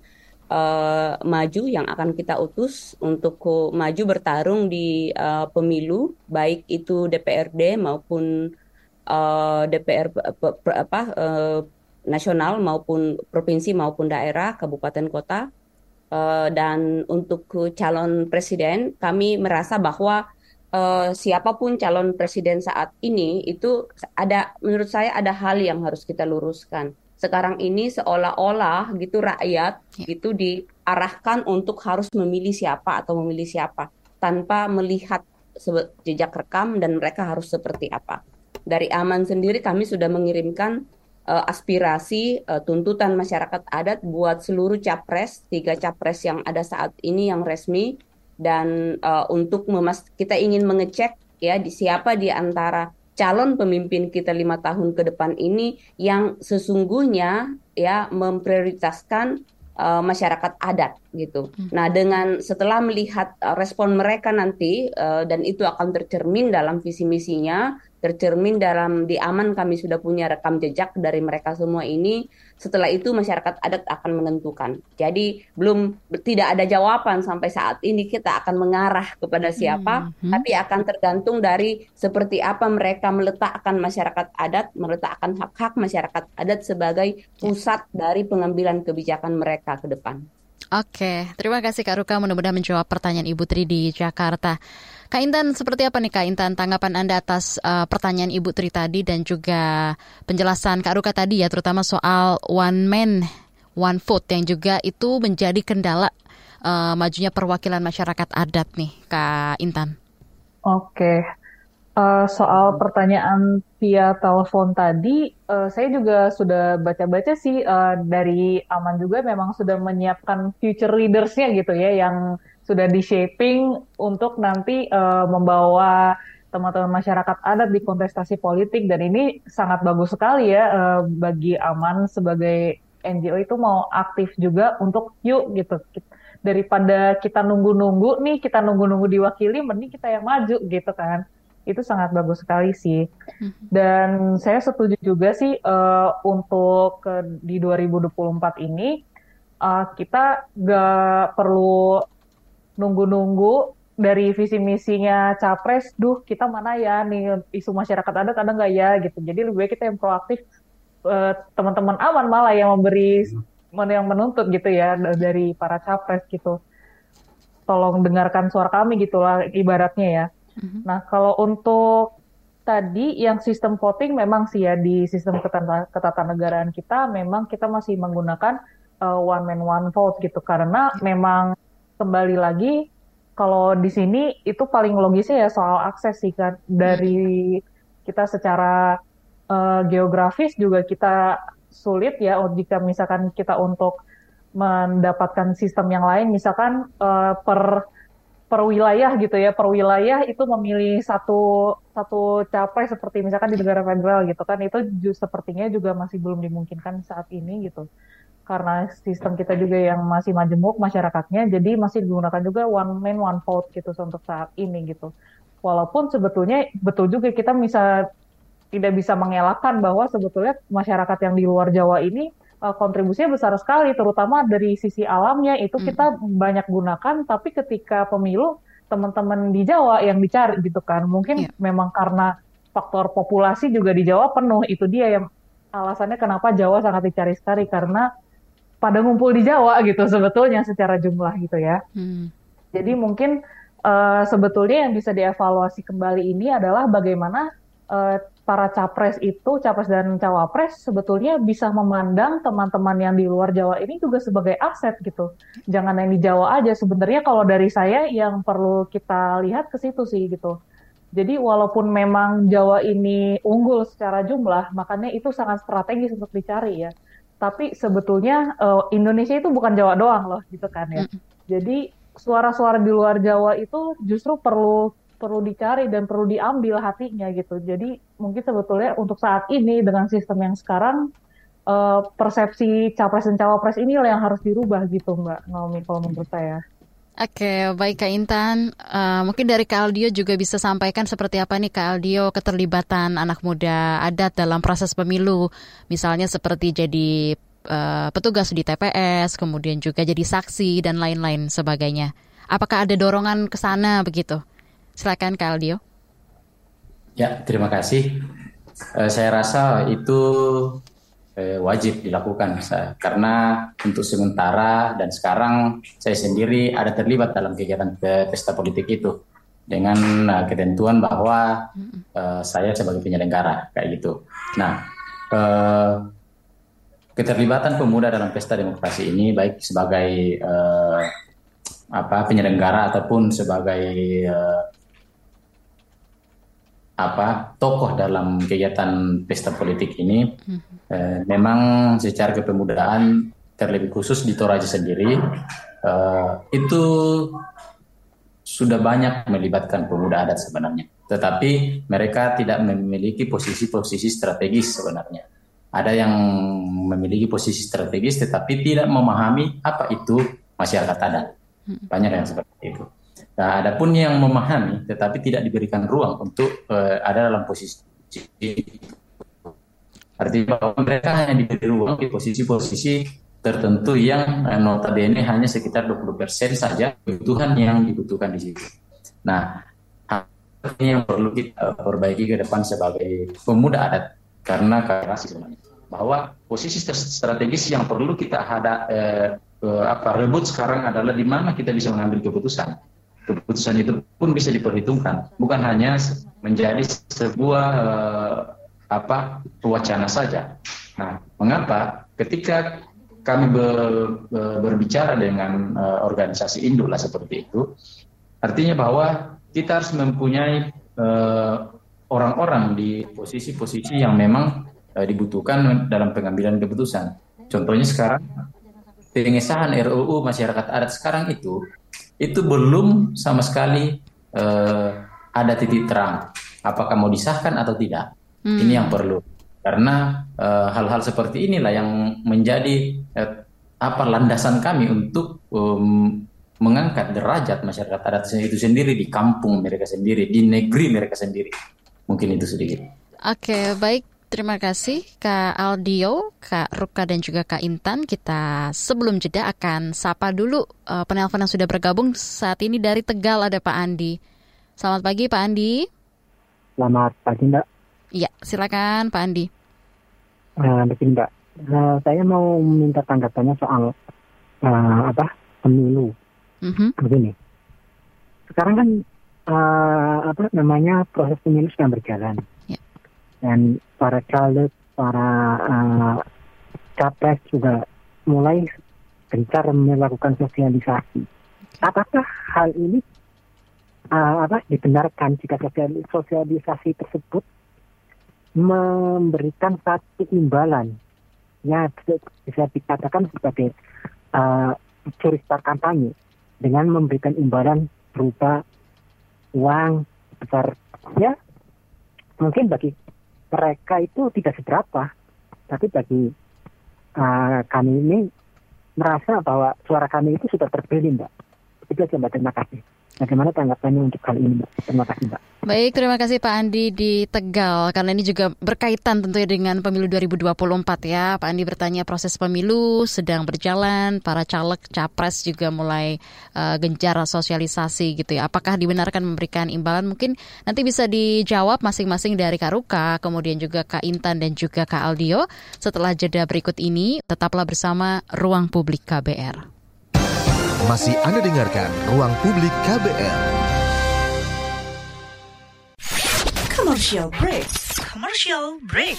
uh, maju, yang akan kita utus untuk uh, maju bertarung di uh, pemilu, baik itu D P R D maupun uh, D P R p- p- apa uh, nasional maupun provinsi maupun daerah, kabupaten kota. Uh, dan untuk calon presiden, kami merasa bahwa uh, siapapun calon presiden saat ini itu ada, menurut saya ada hal yang harus kita luruskan. Sekarang ini seolah-olah gitu rakyat yeah. itu diarahkan untuk harus memilih siapa atau memilih siapa tanpa melihat jejak rekam dan mereka harus seperti apa. Dari Aman sendiri kami sudah mengirimkan Uh, aspirasi, uh, tuntutan masyarakat adat buat seluruh capres, tiga capres yang ada saat ini yang resmi, dan uh, untuk memas- kita ingin mengecek ya di siapa di antara calon pemimpin kita lima tahun ke depan ini yang sesungguhnya ya memprioritaskan uh, masyarakat adat gitu. Hmm. Nah, dengan setelah melihat uh, respon mereka nanti uh, dan itu akan tercermin dalam visi misinya, tercermin dalam di Aman kami sudah punya rekam jejak dari mereka semua ini. Setelah itu masyarakat adat akan menentukan. Jadi belum tidak ada jawaban sampai saat ini kita akan mengarah kepada siapa, mm-hmm. tapi akan tergantung dari seperti apa mereka meletakkan masyarakat adat, meletakkan hak-hak masyarakat adat sebagai pusat dari pengambilan kebijakan mereka ke depan. Oke, terima kasih Kak Ruka, mudah-mudahan menjawab pertanyaan Ibu Tri di Jakarta. Kak Intan, seperti apa nih Kak Intan tanggapan Anda atas uh, pertanyaan Ibu Tri tadi dan juga penjelasan Kak Ruka tadi ya, terutama soal one man, one vote yang juga itu menjadi kendala uh, majunya perwakilan masyarakat adat nih Kak Intan. Oke, uh, soal pertanyaan via telepon tadi, uh, saya juga sudah baca-baca sih uh, dari Aman juga memang sudah menyiapkan future leaders-nya gitu ya, yang sudah di-shaping untuk nanti uh, membawa teman-teman masyarakat adat di kontestasi politik, dan ini sangat bagus sekali ya uh, bagi Aman sebagai N G O itu mau aktif juga untuk yuk gitu, daripada kita nunggu-nunggu nih, kita nunggu-nunggu diwakili, mending kita yang maju gitu kan. Itu sangat bagus sekali sih. Dan saya setuju juga sih uh, untuk uh, di dua ribu dua puluh empat ini uh, kita gak perlu nunggu-nunggu dari visi misinya capres, duh kita mana ya nih isu masyarakat adat ada nggak ya gitu. Jadi lebih baik kita yang proaktif, uh, teman-teman Aman malah yang memberi, yang menuntut gitu ya dari para capres gitu. Tolong dengarkan suara kami gitulah ibaratnya ya. Mm-hmm. Nah kalau untuk tadi yang sistem voting memang sih ya di sistem ketata- ketatanegaraan kita memang kita masih menggunakan uh, one man one vote gitu, karena memang kembali lagi, kalau di sini itu paling logisnya ya soal akses sih kan. Dari kita secara uh, geografis juga kita sulit ya jika misalkan kita untuk mendapatkan sistem yang lain, misalkan uh, per per wilayah gitu ya, per wilayah itu memilih satu satu capres seperti misalkan di negara federal gitu kan, itu just, sepertinya juga masih belum dimungkinkan saat ini gitu. Karena sistem kita juga yang masih majemuk masyarakatnya, jadi masih digunakan juga one man one vote gitu untuk saat ini gitu. Walaupun sebetulnya betul juga kita bisa tidak bisa mengelakkan bahwa sebetulnya masyarakat yang di luar Jawa ini uh, kontribusinya besar sekali, terutama dari sisi alamnya itu kita mm. banyak gunakan, tapi ketika pemilu teman-teman di Jawa yang dicari gitu kan. Mungkin yeah. memang karena faktor populasi juga di Jawa penuh, itu dia yang alasannya kenapa Jawa sangat dicari sekali, karena pada ngumpul di Jawa gitu sebetulnya secara jumlah gitu ya. Hmm. Jadi mungkin uh, sebetulnya yang bisa dievaluasi kembali ini adalah bagaimana uh, para capres itu, capres dan cawapres sebetulnya bisa memandang teman-teman yang di luar Jawa ini juga sebagai aset gitu. Jangan yang di Jawa aja. Sebenarnya kalau dari saya yang perlu kita lihat ke situ sih gitu. Jadi walaupun memang Jawa ini unggul secara jumlah, makanya itu sangat strategis untuk dicari ya. Tapi sebetulnya uh, Indonesia itu bukan Jawa doang loh, gitu kan ya. Mm. Jadi suara-suara di luar Jawa itu justru perlu perlu dicari dan perlu diambil hatinya gitu. Jadi mungkin sebetulnya untuk saat ini dengan sistem yang sekarang, uh, persepsi capres dan cawapres ini yang harus dirubah gitu Mbak Naomi kalau menurut saya. Oke, baik Kak Intan. Uh, mungkin dari Kak Aldio juga bisa sampaikan seperti apa nih Kak Aldio keterlibatan anak muda adat dalam proses pemilu. Misalnya seperti jadi uh, petugas di T P S, kemudian juga jadi saksi dan lain-lain sebagainya. Apakah ada dorongan ke sana begitu? Silakan Kak Aldio. Ya, terima kasih. Uh, saya rasa itu uh, wajib dilakukan karena untuk sementara dan sekarang saya sendiri ada terlibat dalam kegiatan pesta politik itu dengan uh, ketentuan bahwa uh, saya sebagai penyelenggara kayak gitu. Nah, uh, keterlibatan pemuda dalam pesta demokrasi ini baik sebagai uh, apa penyelenggara ataupun sebagai uh, apa tokoh dalam kegiatan pesta politik ini mm-hmm. eh, memang secara kepemudaan terlebih khusus di Toraja sendiri eh, itu sudah banyak melibatkan pemuda adat sebenarnya, tetapi mereka tidak memiliki posisi-posisi strategis sebenarnya. Ada yang memiliki posisi strategis tetapi tidak memahami apa itu masyarakat adat. Mm-hmm. Banyak yang seperti itu. Nah, ada pun yang memahami tetapi tidak diberikan ruang untuk uh, ada dalam posisi artinya bahwa mereka hanya diberi ruang di posisi-posisi tertentu yang uh, notabene hanya sekitar dua puluh persen saja kebutuhan yang dibutuhkan di situ. Nah, ini yang perlu kita perbaiki ke depan sebagai pemuda adat karena karena sebenarnya bahwa posisi strategis yang perlu kita ada eh, eh, apa rebut sekarang adalah di mana kita bisa mengambil keputusan. Keputusan itu pun bisa diperhitungkan, bukan hanya menjadi sebuah uh, apa wacana saja. Nah, mengapa ketika kami ber, ber, berbicara dengan uh, organisasi induk lah seperti itu, artinya bahwa kita harus mempunyai uh, orang-orang di posisi-posisi yang memang uh, dibutuhkan dalam pengambilan keputusan. Contohnya sekarang pengesahan R U U masyarakat adat sekarang itu itu belum sama sekali uh, ada titik terang apakah mau disahkan atau tidak. Hmm. Ini yang perlu karena uh, hal-hal seperti inilah yang menjadi uh, apa landasan kami untuk um, mengangkat derajat masyarakat adat itu sendiri di kampung mereka sendiri, di negeri mereka sendiri. Mungkin itu sedikit. Oke, baik. Terima kasih Kak Aldio, Kak Ruka dan juga Kak Intan. Kita sebelum jeda akan sapa dulu uh, penelpon yang sudah bergabung saat ini dari Tegal ada Pak Andi. Selamat pagi Pak Andi. Selamat pagi Mbak. Iya, silakan Pak Andi. Uh, begini Mbak, uh, saya mau minta tanggapannya soal uh, apa pemilu. Mm-hmm. Begini, sekarang kan uh, apa namanya proses pemilu sedang berjalan. Yeah. Dan para caleg, para uh, capres juga mulai gencar melakukan sosialisasi. Apakah hal ini uh, apa dibenarkan jika sosialisasi tersebut memberikan satu imbalan, ya bisa dikatakan sebagai uh, curi start kampanye dengan memberikan imbalan berupa uang besar, ya mungkin bagi mereka itu tidak seberapa, tapi bagi uh, kami ini merasa bahwa suara kami itu sudah terbeli, Mbak. Itu aja, Mbak. Terima kasih. Bagaimana tanggapannya untuk hal ini, Mbak? Terima kasih, Mbak. Baik, terima kasih Pak Andi di Tegal. Karena ini juga berkaitan tentunya dengan pemilu dua ribu dua puluh empat ya. Pak Andi bertanya proses pemilu sedang berjalan, para caleg, capres juga mulai uh, gencar sosialisasi gitu ya. Apakah dibenarkan memberikan imbalan? Mungkin nanti bisa dijawab masing-masing dari Kak Ruka, kemudian juga Kak Intan dan juga Kak Aldio. Setelah jeda berikut ini, tetaplah bersama Ruang Publik K B R. Masih Anda dengarkan Ruang Publik K B R. Commercial break. Commercial break.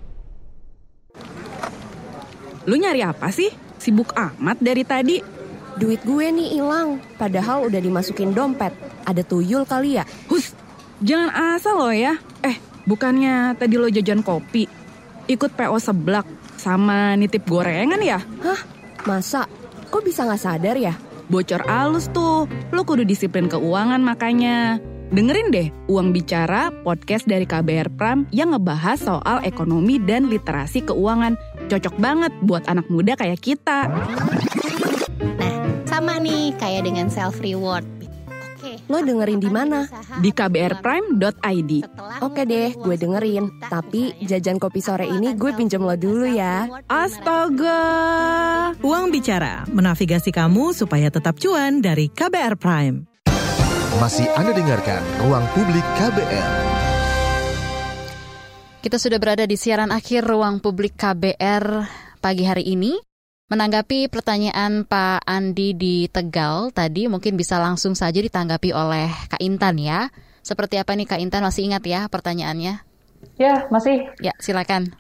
Lu nyari apa sih? Sibuk amat dari tadi. duit gue nih hilang, padahal udah dimasukin dompet. Ada tuyul kali ya? Hus, jangan asal lo ya. Eh, bukannya tadi lo jajan kopi, ikut P O seblak, sama nitip gorengan ya? Hah? Masa? Kok bisa gak sadar ya? Bocor alus tuh, lo kudu disiplin keuangan makanya. Dengerin deh Uang Bicara, podcast dari K B R Prime yang ngebahas soal ekonomi dan literasi keuangan. Cocok banget buat anak muda kayak kita. Nah, sama nih kayak dengan self reward. Oke, lo dengerin di mana? Di k b r prime dot i d. Oke deh, gue dengerin. Tapi jajan kopi sore ini gue pinjem lo dulu ya. Astaga. Uang Bicara, menavigasi kamu supaya tetap cuan dari K B R Prime. Masih Anda dengarkan Ruang Publik K B R. Kita sudah berada di siaran akhir Ruang Publik K B R pagi hari ini. Menanggapi pertanyaan Pak Andi di Tegal tadi, mungkin bisa langsung saja ditanggapi oleh Kak Intan ya. Seperti apa nih Kak Intan, masih ingat ya pertanyaannya? Ya, masih. Ya, silakan.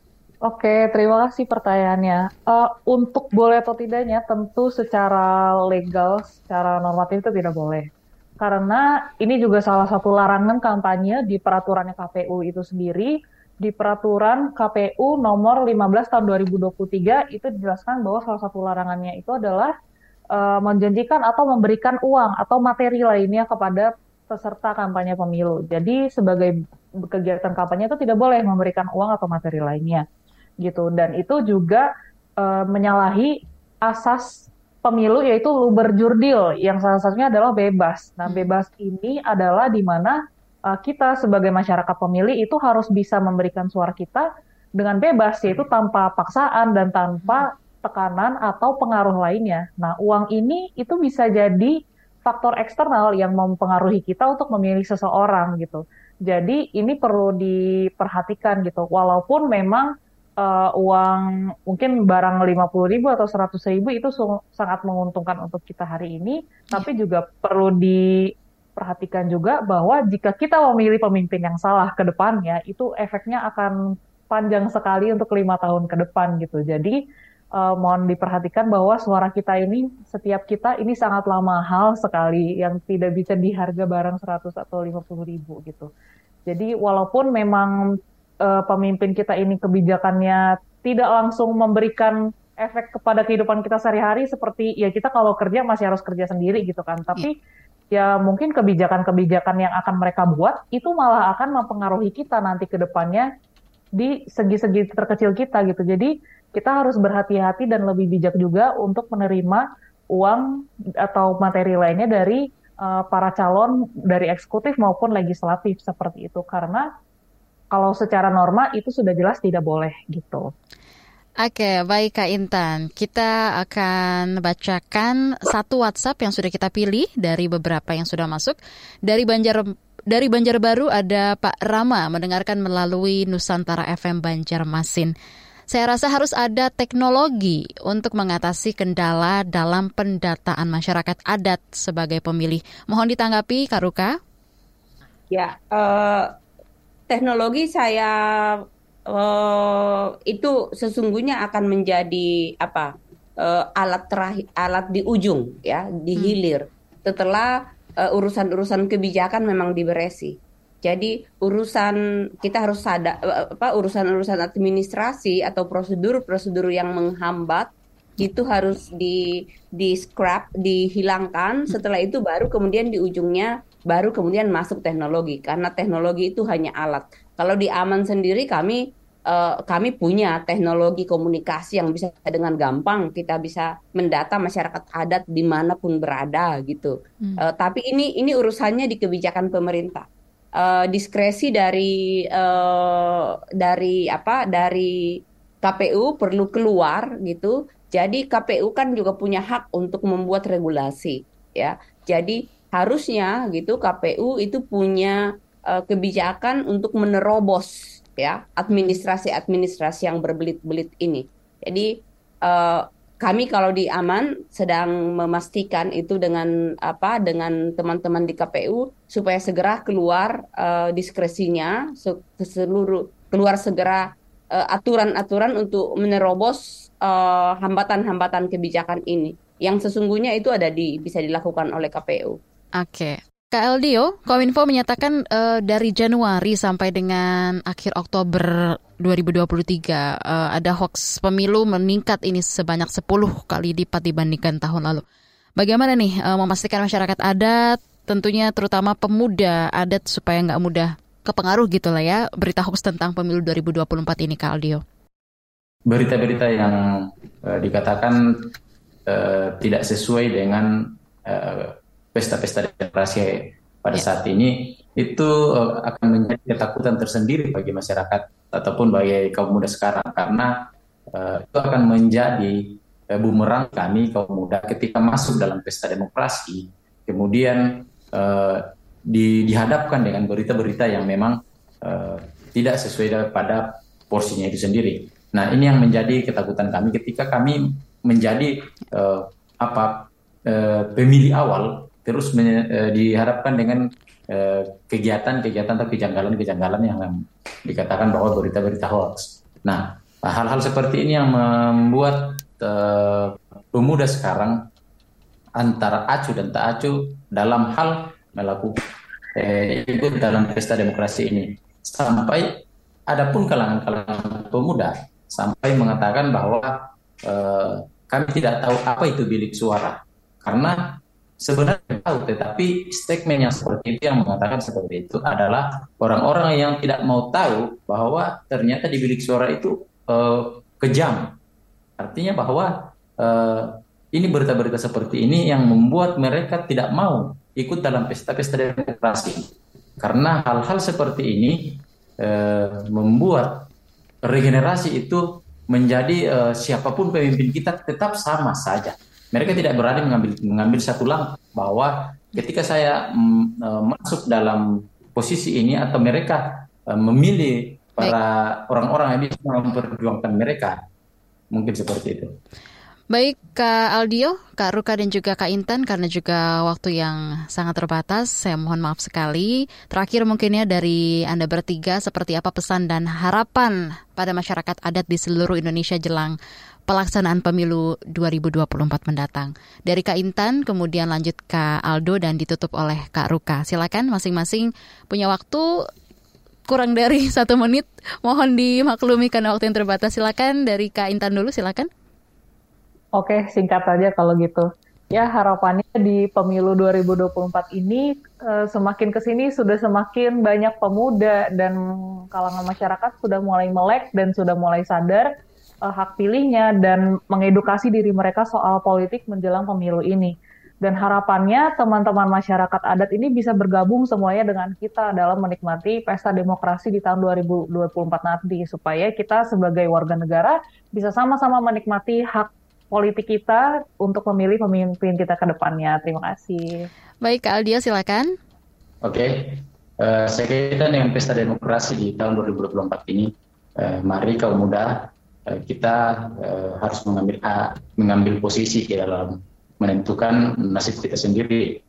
Oke, terima kasih pertanyaannya. Uh, untuk boleh atau tidaknya, tentu secara legal, secara normatif itu tidak boleh. Karena ini juga salah satu larangan kampanye di peraturannya K P U itu sendiri. Di peraturan K P U nomor lima belas tahun dua ribu dua puluh tiga itu dijelaskan bahwa salah satu larangannya itu adalah uh, menjanjikan atau memberikan uang atau materi lainnya kepada peserta kampanye pemilu. Jadi sebagai kegiatan kampanye itu tidak boleh memberikan uang atau materi lainnya, gitu. Dan itu juga uh, menyalahi asas pemilu, yaitu luber jurdil, yang salah satunya adalah bebas. Nah, bebas ini adalah di mana uh, kita sebagai masyarakat pemilih itu harus bisa memberikan suara kita dengan bebas, yaitu tanpa paksaan dan tanpa tekanan atau pengaruh lainnya. Nah, uang ini itu bisa jadi faktor eksternal yang mempengaruhi kita untuk memilih seseorang gitu. Jadi ini perlu diperhatikan gitu. Walaupun memang Uh, uang mungkin barang lima puluh ribu atau seratus ribu itu su- sangat menguntungkan untuk kita hari ini, yeah. Tapi juga perlu diperhatikan juga bahwa jika kita memilih pemimpin yang salah ke depannya, itu efeknya akan panjang sekali untuk lima tahun ke depan gitu. Jadi uh, mohon diperhatikan bahwa suara kita ini, setiap kita ini sangatlah mahal sekali, yang tidak bisa diharga barang seratus atau lima puluh ribu gitu. Jadi walaupun memang Uh, pemimpin kita ini kebijakannya tidak langsung memberikan efek kepada kehidupan kita sehari-hari, seperti ya kita kalau kerja masih harus kerja sendiri gitu kan, tapi ya, ya mungkin kebijakan-kebijakan yang akan mereka buat itu malah akan mempengaruhi kita nanti ke depannya di segi-segi terkecil kita gitu. Jadi kita harus berhati-hati dan lebih bijak juga untuk menerima uang atau materi lainnya dari uh, para calon dari eksekutif maupun legislatif seperti itu, karena kalau secara norma itu sudah jelas tidak boleh gitu. Oke, baik Kak Intan. Kita akan bacakan satu WhatsApp yang sudah kita pilih dari beberapa yang sudah masuk. Dari Banjar dari Banjarbaru ada Pak Rama mendengarkan melalui Nusantara F M Banjarmasin. Saya rasa harus ada teknologi untuk mengatasi kendala dalam pendataan masyarakat adat sebagai pemilih. Mohon ditanggapi Kak Ruka. Ya, uh... teknologi saya uh, itu sesungguhnya akan menjadi apa uh, alat terakhir, alat di ujung ya, di hilir. Setelah uh, urusan-urusan kebijakan memang diberesi. Jadi urusan kita harus sadar uh, apa urusan-urusan administrasi atau prosedur-prosedur yang menghambat itu harus di di scrap, dihilangkan. Setelah itu baru kemudian di ujungnya baru kemudian masuk teknologi, karena teknologi itu hanya alat. Kalau di Aman sendiri kami uh, kami punya teknologi komunikasi yang bisa dengan gampang kita bisa mendata masyarakat adat dimanapun berada gitu. Hmm. Uh, tapi ini ini urusannya di kebijakan pemerintah. Uh, diskresi dari uh, dari apa dari K P U perlu keluar gitu. Jadi K P U kan juga punya hak untuk membuat regulasi ya. Jadi harusnya gitu K P U itu punya uh, kebijakan untuk menerobos ya administrasi-administrasi yang berbelit-belit ini. Jadi uh, kami kalau di Aman sedang memastikan itu dengan apa dengan teman-teman di K P U supaya segera keluar uh, diskresinya ke seluruh keluar segera uh, aturan-aturan untuk menerobos uh, hambatan-hambatan kebijakan ini. yang sesungguhnya itu ada di bisa dilakukan oleh K P U. Oke. Kak Eldio, Kominfo menyatakan uh, dari Januari sampai dengan akhir Oktober dua ribu dua puluh tiga uh, ada hoax pemilu meningkat ini sebanyak sepuluh kali lipat dibandingkan tahun lalu. Bagaimana nih uh, memastikan masyarakat adat, tentunya terutama pemuda adat supaya nggak mudah kepengaruh gitu lah ya berita hoax tentang pemilu dua ribu dua puluh empat ini, Kak Eldio? Berita-berita yang uh, dikatakan uh, tidak sesuai dengan uh, pesta-pesta demokrasi pada yeah. saat ini itu uh, akan menjadi ketakutan tersendiri bagi masyarakat ataupun bagi kaum muda sekarang, karena uh, itu akan menjadi uh, bumerang kami kaum muda ketika masuk dalam pesta demokrasi, kemudian uh, di, dihadapkan dengan berita-berita yang memang uh, tidak sesuai pada porsinya itu sendiri. Nah, ini yang menjadi ketakutan kami ketika kami menjadi uh, apa uh, pemilih awal, terus men, uh, dihadapkan dengan uh, kegiatan-kegiatan atau kejanggalan-kejanggalan yang dikatakan bahwa berita-berita hoax. Nah, hal-hal seperti ini yang membuat uh, pemuda sekarang antara acuh dan tak acuh dalam hal melakukan eh, ikut dalam pesta demokrasi ini. Sampai ada pun kalangan-kalangan pemuda sampai mengatakan bahwa uh, kami tidak tahu apa itu bilik suara, karena sebenarnya tahu, tetapi statement yang seperti itu yang mengatakan seperti itu adalah orang-orang yang tidak mau tahu bahwa ternyata di bilik suara itu uh, kejam. Artinya bahwa uh, ini berita-berita seperti ini yang membuat mereka tidak mau ikut dalam pesta-pesta demokrasi, karena hal-hal seperti ini uh, membuat regenerasi itu menjadi uh, siapapun pemimpin kita tetap sama saja. Mereka tidak berani mengambil mengambil satu langkah bahwa ketika saya mm, uh, masuk dalam posisi ini atau mereka uh, memilih para Baik. orang-orang yang bisa memperjuangkan mereka. Mungkin seperti itu. Baik, Kak Aldio, Kak Ruka dan juga Kak Intan, karena juga waktu yang sangat terbatas, saya mohon maaf sekali. Terakhir mungkinnya dari Anda bertiga, seperti apa pesan dan harapan pada masyarakat adat di seluruh Indonesia jelang pelaksanaan pemilu dua ribu dua puluh empat mendatang. Dari Kak Intan, kemudian lanjut Kak Aldo dan ditutup oleh Kak Ruka. Silakan masing-masing punya waktu kurang dari satu menit. Mohon dimaklumi karena waktu yang terbatas. Silakan dari Kak Intan dulu, silakan. Oke, singkat saja kalau gitu. Ya, harapannya di pemilu dua ribu dua puluh empat ini eh, semakin kesini sudah semakin banyak pemuda dan kalangan masyarakat sudah mulai melek dan sudah mulai sadar Uh, hak pilihnya dan mengedukasi diri mereka soal politik menjelang pemilu ini. Dan harapannya teman-teman masyarakat adat ini bisa bergabung semuanya dengan kita dalam menikmati pesta demokrasi di tahun dua ribu dua puluh empat nanti, supaya kita sebagai warga negara bisa sama-sama menikmati hak politik kita untuk memilih pemimpin kita ke depannya. Terima kasih. Baik, Kak Aldia, silakan. Oke, okay. uh, saya kira dengan pesta demokrasi di tahun dua ribu dua puluh empat ini, uh, mari kaum muda kita uh, harus mengambil uh, mengambil posisi di dalam menentukan nasib kita sendiri,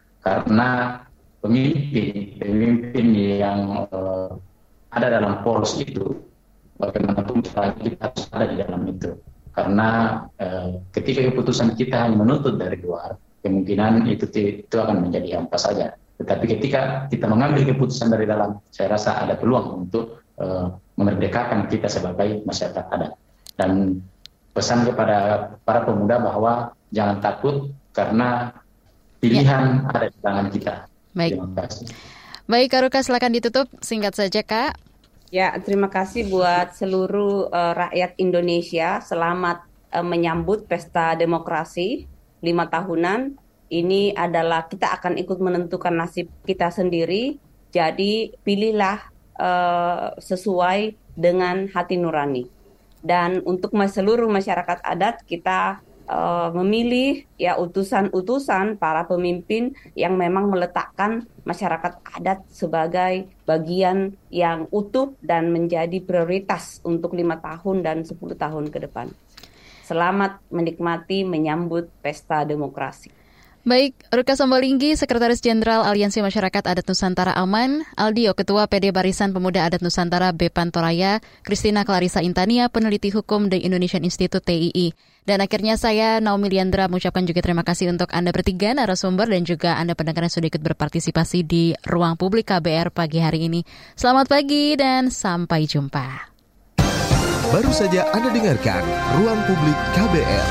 karena pemimpin pemimpin yang uh, ada dalam poros itu bagaimanapun kita, kita harus ada di dalam itu, karena uh, ketika keputusan kita hanya menuntut dari luar, kemungkinan itu itu akan menjadi hampa saja. Tetapi ketika kita mengambil keputusan dari dalam, saya rasa ada peluang untuk uh, memerdekakan kita sebagai masyarakat adat. Dan pesan kepada para pemuda bahwa jangan takut karena pilihan ya. ada di tangan kita. Baik. Terima kasih. Baik, Kak Ruka, silakan ditutup singkat saja, Kak. Ya, terima kasih buat seluruh uh, rakyat Indonesia. Selamat uh, menyambut pesta demokrasi lima tahunan. Ini adalah kita akan ikut menentukan nasib kita sendiri. Jadi pilihlah Uh, sesuai dengan hati nurani. Dan untuk seluruh masyarakat adat, kita uh, memilih ya utusan-utusan para pemimpin yang memang meletakkan masyarakat adat sebagai bagian yang utuh dan menjadi prioritas untuk lima tahun dan sepuluh tahun ke depan. Selamat menikmati menyambut pesta demokrasi. Baik, Ruka Sambalinggi, Sekretaris Jenderal Aliansi Masyarakat Adat Nusantara Aman, Aldio, Ketua P D Barisan Pemuda Adat Nusantara Bepan Toraya, Kristina Clarissa Intania, Peneliti Hukum The Indonesian Institute T I I. Dan akhirnya saya, Naomi Liandra, mengucapkan juga terima kasih untuk Anda bertiga, narasumber, dan juga Anda pendengar yang sudah ikut berpartisipasi di Ruang Publik K B R pagi hari ini. Selamat pagi dan sampai jumpa. Baru saja Anda dengarkan Ruang Publik K B R.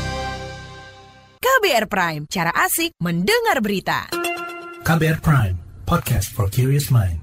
K B R Prime, cara asik mendengar berita. K B R Prime, podcast for curious mind.